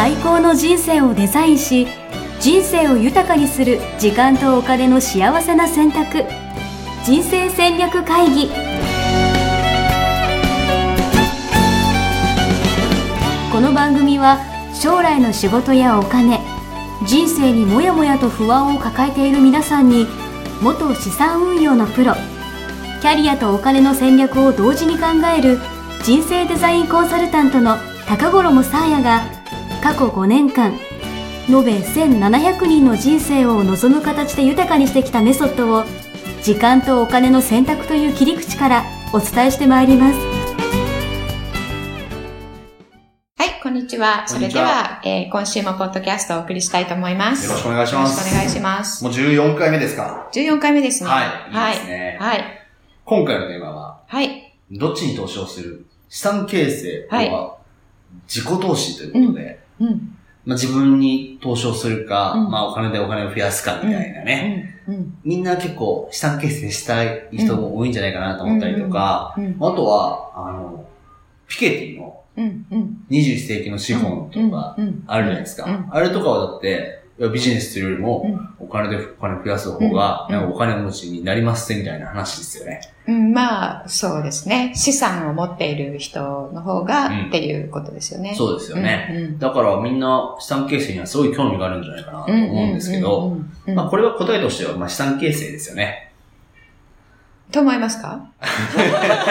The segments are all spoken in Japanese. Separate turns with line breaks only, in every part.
最高の人生をデザインし、人生を豊かにする時間とお金の幸せな選択。人生戦略会議。この番組は将来の仕事やお金、人生にもやもやと不安を抱えている皆さんに、元資産運用のプロ、キャリアとお金の戦略を同時に考える人生デザインコンサルタントの高頃もさあやが、過去5年間延べ1700人の人生を望む形で豊かにしてきたメソッドを、時間とお金の選択という切り口からお伝えしてまいります。
はい、こんにちは。それでは、今週もポッドキャストをお送りしたいと思います。
よろしくお願いします。
よろしくお願いします。
もう14回目ですか。
14回目ですね。
はい。いいですね。
はい。
今回のテーマは、
はい。
どっちに投資をする？資産形成は自己投資ということで、自分に投資をするか、お金でお金を増やすかみたいなね。みんな結構資産形成したい人も多いんじゃないかなと思ったりとか、あとは、ピケティの21世紀の資本とかあるじゃないですか。あれとかはだって、ビジネスというよりも、お金増やす方が、お金持ちになりますみたいな話ですよね。
そうですね。資産を持っている人の方が、っていうことですよね。
そうですよね。だからみんな資産形成にはすごい興味があるんじゃないかなと思うんですけど、これは答えとしては、資産形成ですよね。
と思いますか？
違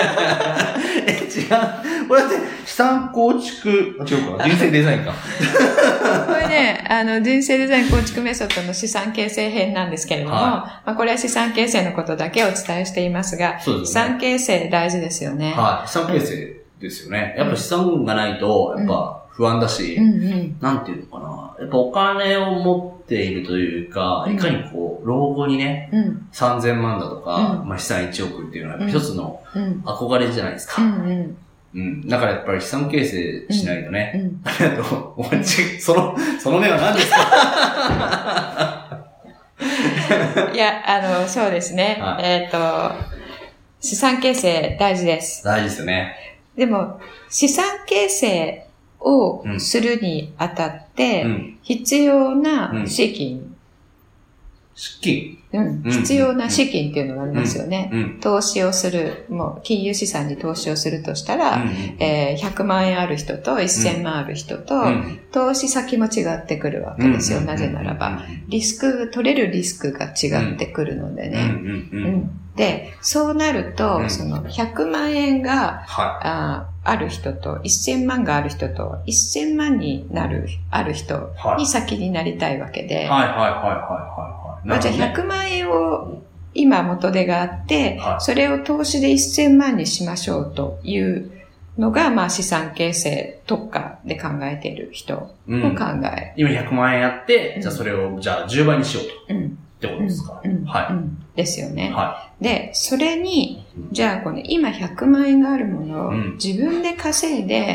う。これだって資産構築、違うか、人生デザインか。
これね、人生デザイン構築メソッドの資産形成編なんですけれども、これは資産形成のことだけお伝えしていますが、資産形成大事ですよね。
はい、資産形成ですよね。やっぱ資産がないと、やっぱ不安だし、なんていうのかな。やっぱお金を持っているというか、いかに老後にね、3000万だとか、資産1億っていうのは一つの憧れじゃないですか。だからやっぱり資産形成しないとね。ありがとう。その目は何ですか？
いや、そうですね。資産形成大事です。
大事ですよね。
でも、資産形成をするにあたって、必要な資金。必要な資金っていうのがありますよね。投資をする、もう金融資産に投資をするとしたら、100万円ある人と1000万ある人と、投資先も違ってくるわけですよ。なぜならば、取れるリスクが違ってくるのでね。で、そうなると、その100万円が、ある人と1000万がある人と1000万にある人に先になりたいわけで、じゃあ100万円を今元手があって、それを投資で1000万にしましょうというのが、資産形成特化で考えている人の考え。
今100万円あって、じゃあそれを10倍にしようと。ってことですか？
ですよね。で、それに、じゃあ今100万円があるものを自分で稼いで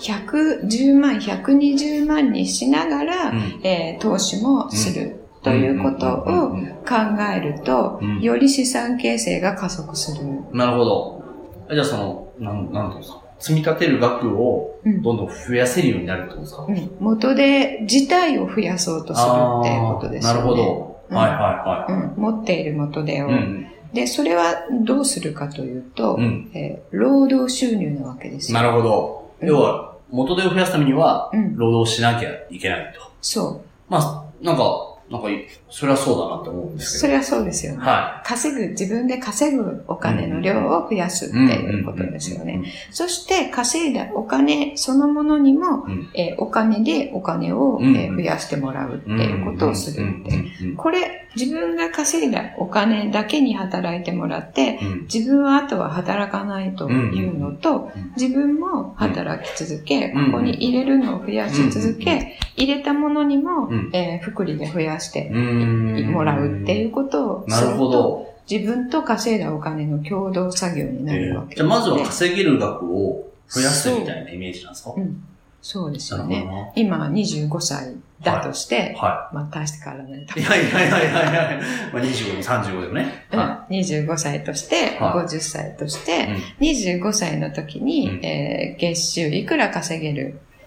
110万、120万にしながら、投資もするということを考えると、より資産形成が加速する。
なるほど。じゃあなんていうんですか？積み立てる額をどんどん増やせるようになるってことですか？
元手自体を増やそうとするっていうことですよね。
なるほど。
持っている元手を。で、それはどうするかというと、労働収入なわけですよ。
なるほど。要は、元手を増やすためには、労働しなきゃいけないと。
そう。
なんか、それはそうだなと思うんですけど。
それはそうですよね。自分で稼ぐお金の量を増やすっていうことですよね。そして稼いだお金そのものにも、お金でお金を増やしてもらうっていうことをするって。これ、自分が稼いだお金だけに働いてもらって、自分はあとは働かないというのと、自分も働き続け、ここに入れるのを増やし続け、入れたものにも、福利で増やしてもらうっていうことをすると、自分と稼いだお金の共同作業になるわけです、
じゃあまずは稼げる額を増やすみたいなイメージなんですか？
そうですよね。今25歳だとして、大して変わらないと。
25も35でもね。
25歳として、50歳として、25歳の時に、月収いくら稼げる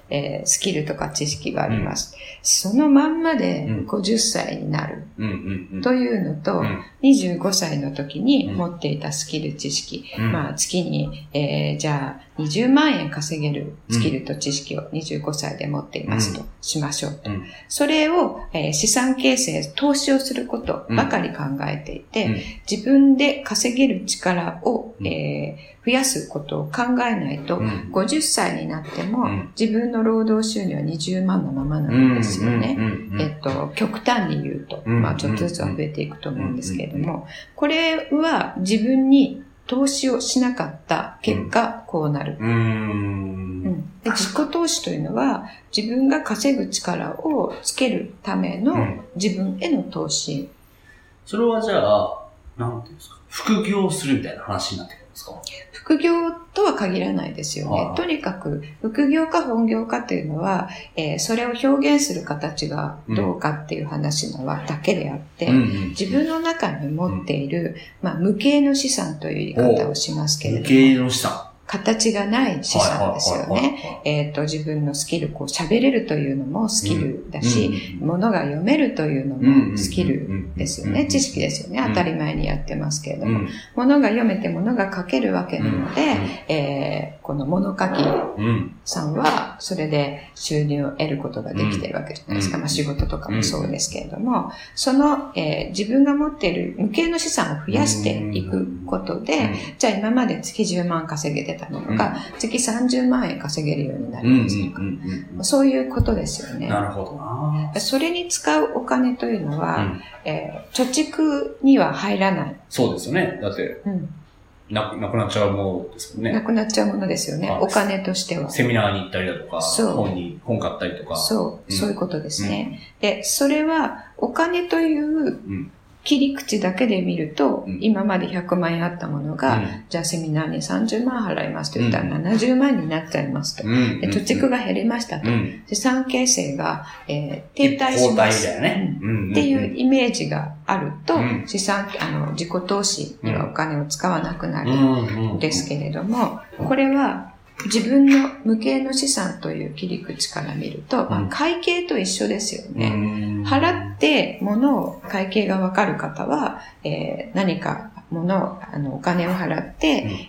スキルとか知識があります。そのまんまで50歳になるというのと、25歳の時に持っていたスキル知識、まあ月に、じゃあ20万円稼げるスキルと知識を25歳で持っていますとしましょうと。それを、資産形成、投資をすることばかり考えていて、自分で稼げる力を、増やすことを考えないと、50歳になっても自分の労働収入は20万のままなんですよね。極端に言うと、まあちょっとずつは増えていくと思うんですけれども、これは自分に投資をしなかった結果、こうなる。で、自己投資というのは、自分が稼ぐ力をつけるための自分への投資。
それはじゃあ、なんていうんですか、副業するみたいな話になってくるんですか？
副業とは限らないですよね。とにかく、副業か本業かというのは、それを表現する形がどうかっていう話なだけであって、自分の中に持っている、まあ、無形の資産という言い方をしますけれども。
無形の資産。
形がない資産ですよね。自分のスキル、こう喋れるというのもスキルだし、物が読めるというのもスキルですよね。知識ですよね。当たり前にやってますけれども。物が読めて物が書けるわけなので、この物書きさんはそれで収入を得ることができているわけじゃないですか。まあ仕事とかもそうですけれども、その、自分が持っている無形の資産を増やしていくことで、じゃあ今まで月10万稼げてたものが月30万円稼げるようになりますとか、そういうことですよね。
なるほどな。
それに使うお金というのは、貯蓄には入らない。
そうですよね。だって、なくなっちゃうものですよね。
なくなっちゃうものですよね。お金としては。
セミナーに行ったりだとか、本買ったりとか。
そういうことですね。で、それはお金という切り口だけで見ると、今まで100万円あったものが、じゃあセミナーに30万払いますと言ったら70万になっちゃいますと。で、貯蓄が減りましたと。資産形成が、停滞します。っていうイメージがあると、自己投資にはお金を使わなくなるんですけれども、これは自分の無形の資産という切り口から見ると、まあ、会計と一緒ですよね。払って物を会計がわかる方は、何かお金を払って、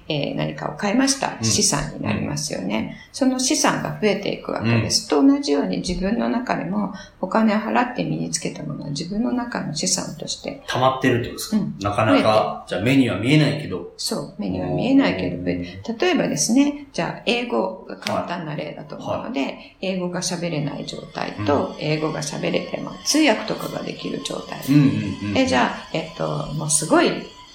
何かを買いました。資産になりますよね。その資産が増えていくわけです。と同じように自分の中でもお金を払って身につけたものは自分の中の資産として
溜まってるってことですか？なかなか、じゃあ目には見えないけど。
そう、目には見えないけど、例えばですね、じゃあ英語が簡単な例だと思うので、英語が喋れない状態と、英語が喋れて、通訳とかができる状態。じゃあ、もうすごい、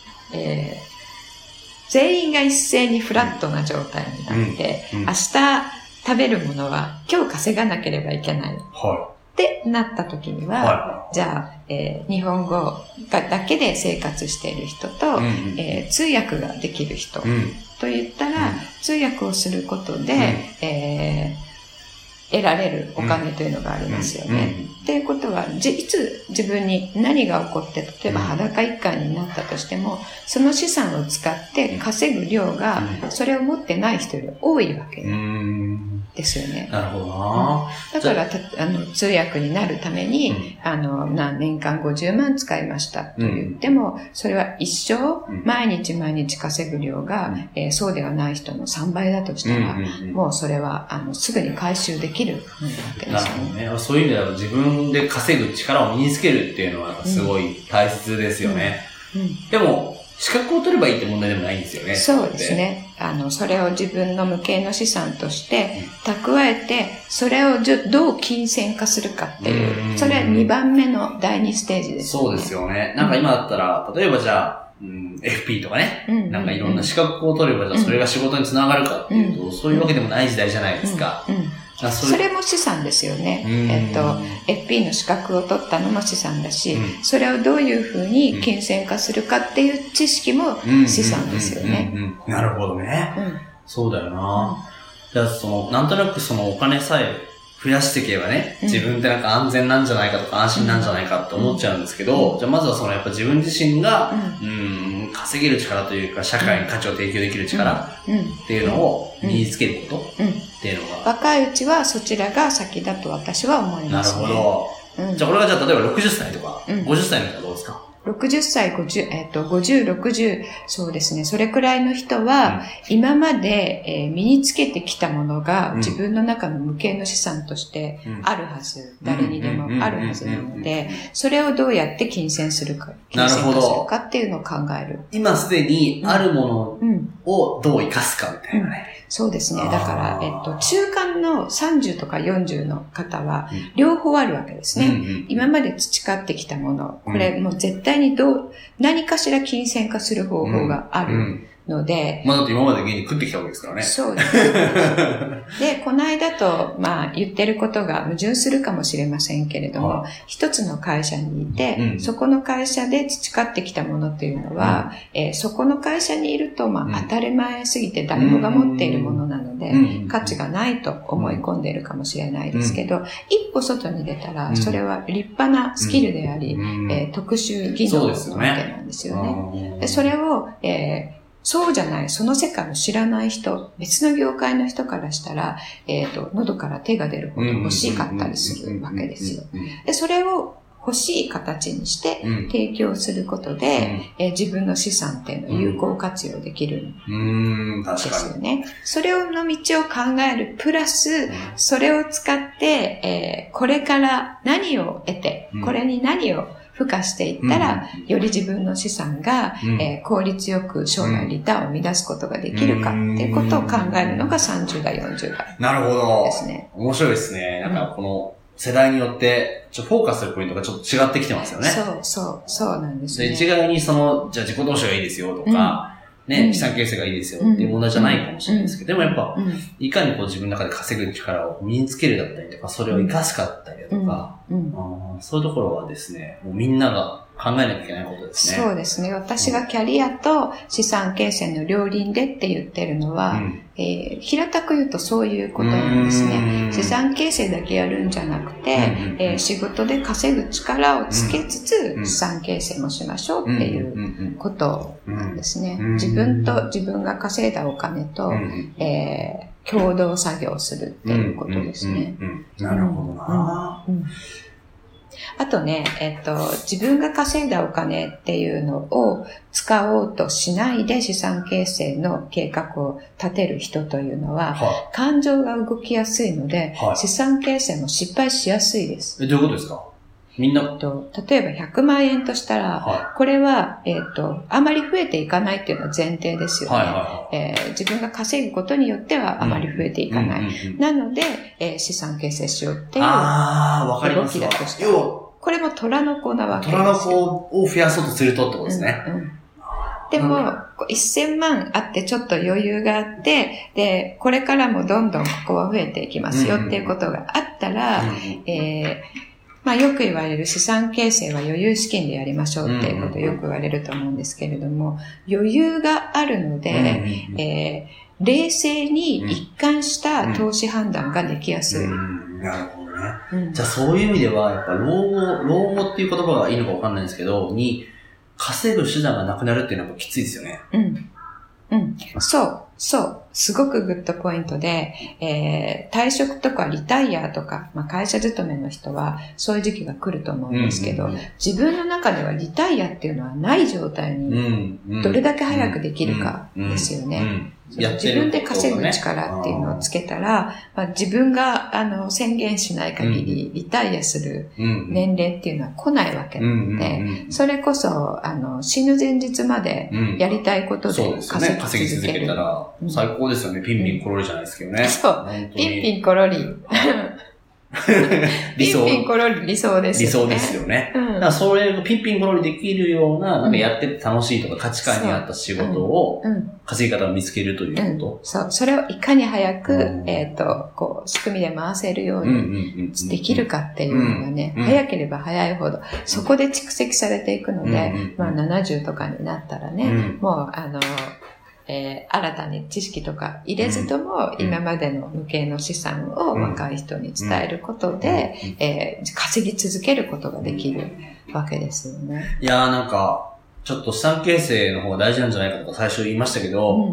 全員が一斉にフラットな状態になって、明日食べるものは今日稼がなければいけない。ってなった時には、じゃあ、日本語だけで生活している人と、通訳ができる人と言ったら、通訳をすることで、得られるお金というのがありますよね。っていうことは、いつ自分に何が起こって、例えば裸一貫になったとしても、その資産を使って稼ぐ量が、それを持ってない人より多いわけですよね。
なるほどな。
だから、通訳になるために、年間50万使いましたと言っても、それは一生、毎日毎日稼ぐ量が、そうではない人の3倍だとしたら、もうそれは、すぐに回収できるわけですよね。
なるほどね。そういう意味では自分で稼ぐ力を身につけるっていうのはすごい大切ですよね。でも、資格を取ればいいって問題でもないんですよね。
そうですね。それを自分の無形の資産として蓄えて、それをどう金銭化するかっていう、それは2番目の第2ステージですよね。
そうですよね。なんか今だったら、例えばじゃあ、FP とかね、なんかいろんな資格を取れば、じゃあそれが仕事につながるかっていうと、そういうわけでもない時代じゃないですか。
それも資産ですよね。FP の資格を取ったのも資産だし、それをどういうふうに金銭化するかっていう知識も資産ですよね。
なるほどね。そうだよな。じゃあなんとなくお金さえ増やしていけばね、自分ってなんか安全なんじゃないかとか安心なんじゃないかって思っちゃうんですけど、じゃあまずはやっぱ自分自身が、稼げる力というか、社会に価値を提供できる力っていうのを、 身につけることっていうのが、
若いうちはそちらが先だと私は思いますね。
なるほど。じゃあこれがじゃあ例えば60歳とか、50歳の人はどうですか
？60歳、50、60、そうですね。それくらいの人は、今まで、身につけてきたものが、自分の中の無形の資産としてあるはず。誰にでもあるはずなので、それをどうやって金銭化するかっていうのを考える。
今すでにあるものをどう生かすかみたいなね。
そうですね。だから、中間の30とか40の方は、両方あるわけですね。今まで培ってきたもの、これもう絶対に何かしら金銭化する方法があるので。
だって今まで現に食ってきたわけですからね。
そうです。で、この間と、言ってることが矛盾するかもしれませんけれども、一つの会社にいて、そこの会社で培ってきたものっていうのは、そこの会社にいると、当たり前すぎて誰もが持っているものなので、価値がないと思い込んでいるかもしれないですけど、一歩外に出たら、それは立派なスキルであり、特殊技能なわけなんですよね。でそれを、そうじゃない、その世界を知らない人、別の業界の人からしたら、喉から手が出るほど欲しかったりするわけですよ。で、それを欲しい形にして提供することで、自分の資産っていうのを有効活用できるんですよね。それの道を考えるプラス、それを使って、これから何を得て、これに何を付加していったら、より自分の資産が、効率よく将来リターンを生み出すことができるかっていうことを考えるのが30代、40代。
なるほど。ですね。面白いですね。なんかこの世代によって、フォーカスするポイントがちょっと違ってきてますよね。
そうなんですね。
で、一概にじゃあ自己投資がいいですよとか、資産形成がいいですよっていう問題じゃないかもしれないですけど、でもやっぱ、いかに自分の中で稼ぐ力を身につけるだったりとか、それを活かすかったりだとか、そういうところはですね、もうみんなが考えなきゃいけないことですね。
そうですね。私がキャリアと資産形成の両輪でって言ってるのは、平たく言うとそういうことなんですね。資産形成だけやるんじゃなくて、仕事で稼ぐ力をつけつつ、資産形成もしましょうっていうことなんですね。自分が稼いだお金と、共同作業するっていうことですね。
なるほどな。
あとね、自分が稼いだお金っていうのを使おうとしないで資産形成の計画を立てる人というのは、感情が動きやすいので、資産形成も失敗しやすいです。
どういうことですか？みんな
例えば100万円としたら、これは、あまり増えていかないっていうのは前提ですよね。自分が稼ぐことによってはあまり増えていかない。なので、資産形成しようっていう動きだとしたら、これも虎の子なわけですよ。
虎の子を増やそうとするとってことですね。
でも、1000万あってちょっと余裕があって、で、これからもどんどんここは増えていきますよっていうことがあったら、よく言われる資産形成は余裕資金でやりましょうっていうことをよく言われると思うんですけれども、余裕があるので、冷静に一貫した投資判断ができやすい。
なるほどね。じゃあそういう意味では、やっぱ老後っていう言葉がいいのかわかんないんですけど、稼ぐ手段がなくなるっていうのはきついですよね。そう。すごくグッドポイントで、退職とかリタイアとか、会社勤めの人はそういう時期が来ると思うんですけど、自分の中ではリタイアっていうのはない状態にどれだけ早くできるかですよね。自分で稼ぐ力っていうのをつけたら、自分が宣言しない限りリタイアする年齢っていうのは来ないわけなので、それこそ死ぬ前日までやりたいことで稼ぎ続ける。 たら最高ですよね。ピンピンコロリじゃないですけどね。
そう。ピンピンコロリ。ピンピンコロリ理想ですよね。
理想ですよね。だからそれをピンピンコロリできるような、なんかやってて楽しいとか価値観に合った仕事を、稼ぎ方を見つけるということ。
そう。それをいかに早く、仕組みで回せるようにできるかっていうのがね、早ければ早いほど、そこで蓄積されていくので、70とかになったらね、もう新たに知識とか入れずとも、今までの無形の資産を若い人に伝えることで、稼ぎ続けることができるわけですよね。
いやーなんか、ちょっと資産形成の方が大事なんじゃないかとか最初言いましたけど、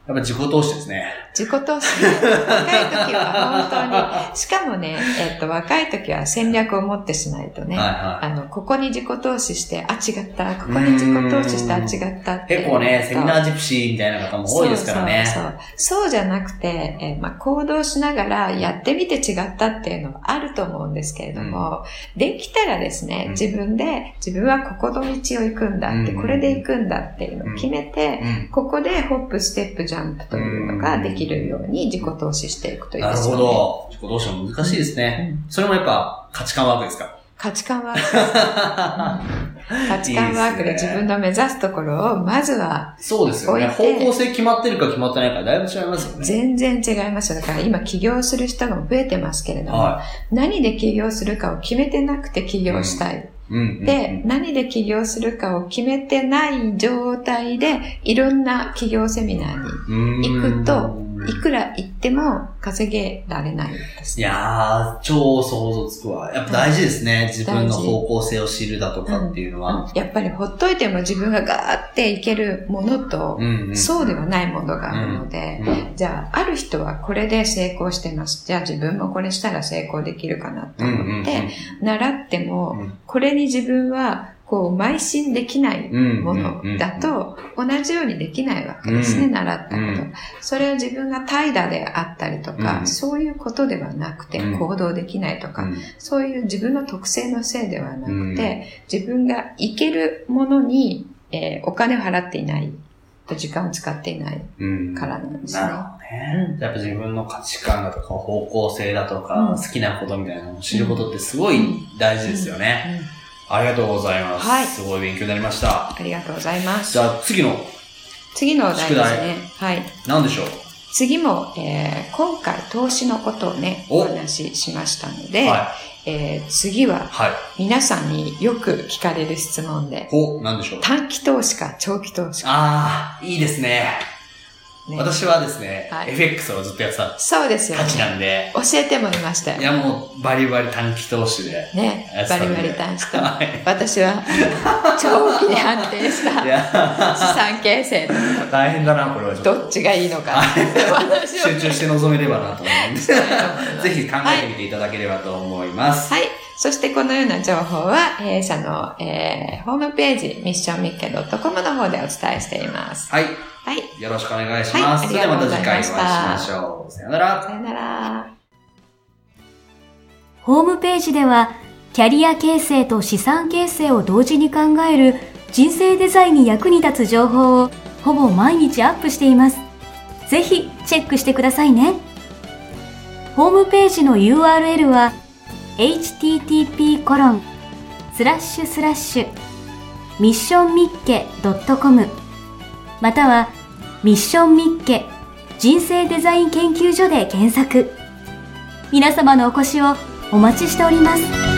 やっぱ自己投資ですね。
自己投資。若い時は本当に、しかもね、若い時は戦略を持ってしないとね、ここに自己投資して、あ、違った、ここに自己投資して、あ、違ったって。
結構ね、セミナージプシーみたいな方も多いですからね。
そうじゃなくて、行動しながらやってみて違ったっていうのはあると思うんですけれども、できたらですね、自分はここの道を行くんだって、これで行くんだっていうのを決めて、ここでホップ、ステップ、ジャンプというのができるように自己投資していくといいですよね。
なるほど。自己投資は難しいですね。それもやっぱ価値観ワークですか？
価値観ワーク。価値観ワークで自分の目指すところをまずは
そうですよね。方向性決まってるか決まってないかだいぶ違いますよね。
全然違いますよ。だから今起業する人が増えてますけれども、何で起業するかを決めてなくて起業したい。で、何で起業するかを決めてない状態でいろんな起業セミナーに行くと、いくら行っても稼げられないですね。
いやー、超想像つくわ。やっぱ大事ですね。自分の方向性を知るだとかっていうのは。
やっぱりほっといても自分がガーっていけるものと、そうではないものがあるので、じゃあ、ある人はこれで成功してます。じゃあ自分もこれしたら成功できるかなと思って、習っても、これに自分は邁進できないものだと同じようにできないわけですね、習ったこと。それは自分が怠惰であったりとか、そういうことではなくて行動できないとか、そういう自分の特性のせいではなくて、自分がいけるものに、お金を払っていない。時間を使っていないからなんですね。
なるほどね。やっぱ自分の価値観だとか方向性だとか、好きなことみたいなのを知ることってすごい大事ですよね。ありがとうございます。はい。すごい勉強になりました。
ありがとうございます。
じゃあ次の
お題ですね。はい。
何でしょう？
次も、今回投資のことをね、お話ししましたので、次は、皆さんによく聞かれる質問で、
何でしょう？
短期投資か長期投資か。
ああ、いいですね。私はですね、FX をずっとやってた。
そうですよね。
価値なんで。
教えてもいましたよ。
いやもう、バリバリ短期投資で。
ね。バリバリ短期投資。私は、長期で安定した資産形成。
大変だな、これはちょっと。
どっちがいいのか。
集中して臨めればなと思うんです。ぜひ考えてみていただければと思います。
はい。そしてこのような情報は、弊社の、ホームページ、missionmicke.com の方でお伝えしています。
はい。はい。よろしくお願いします。それではまた次回お会いしましょう。さよなら。
さよなら。
ホームページでは、キャリア形成と資産形成を同時に考える人生デザインに役に立つ情報をほぼ毎日アップしています。ぜひチェックしてくださいね。ホームページの URL は http://missionmicke.com またはミッションミッケ人生デザイン研究所で検索。皆様のお越しをお待ちしております。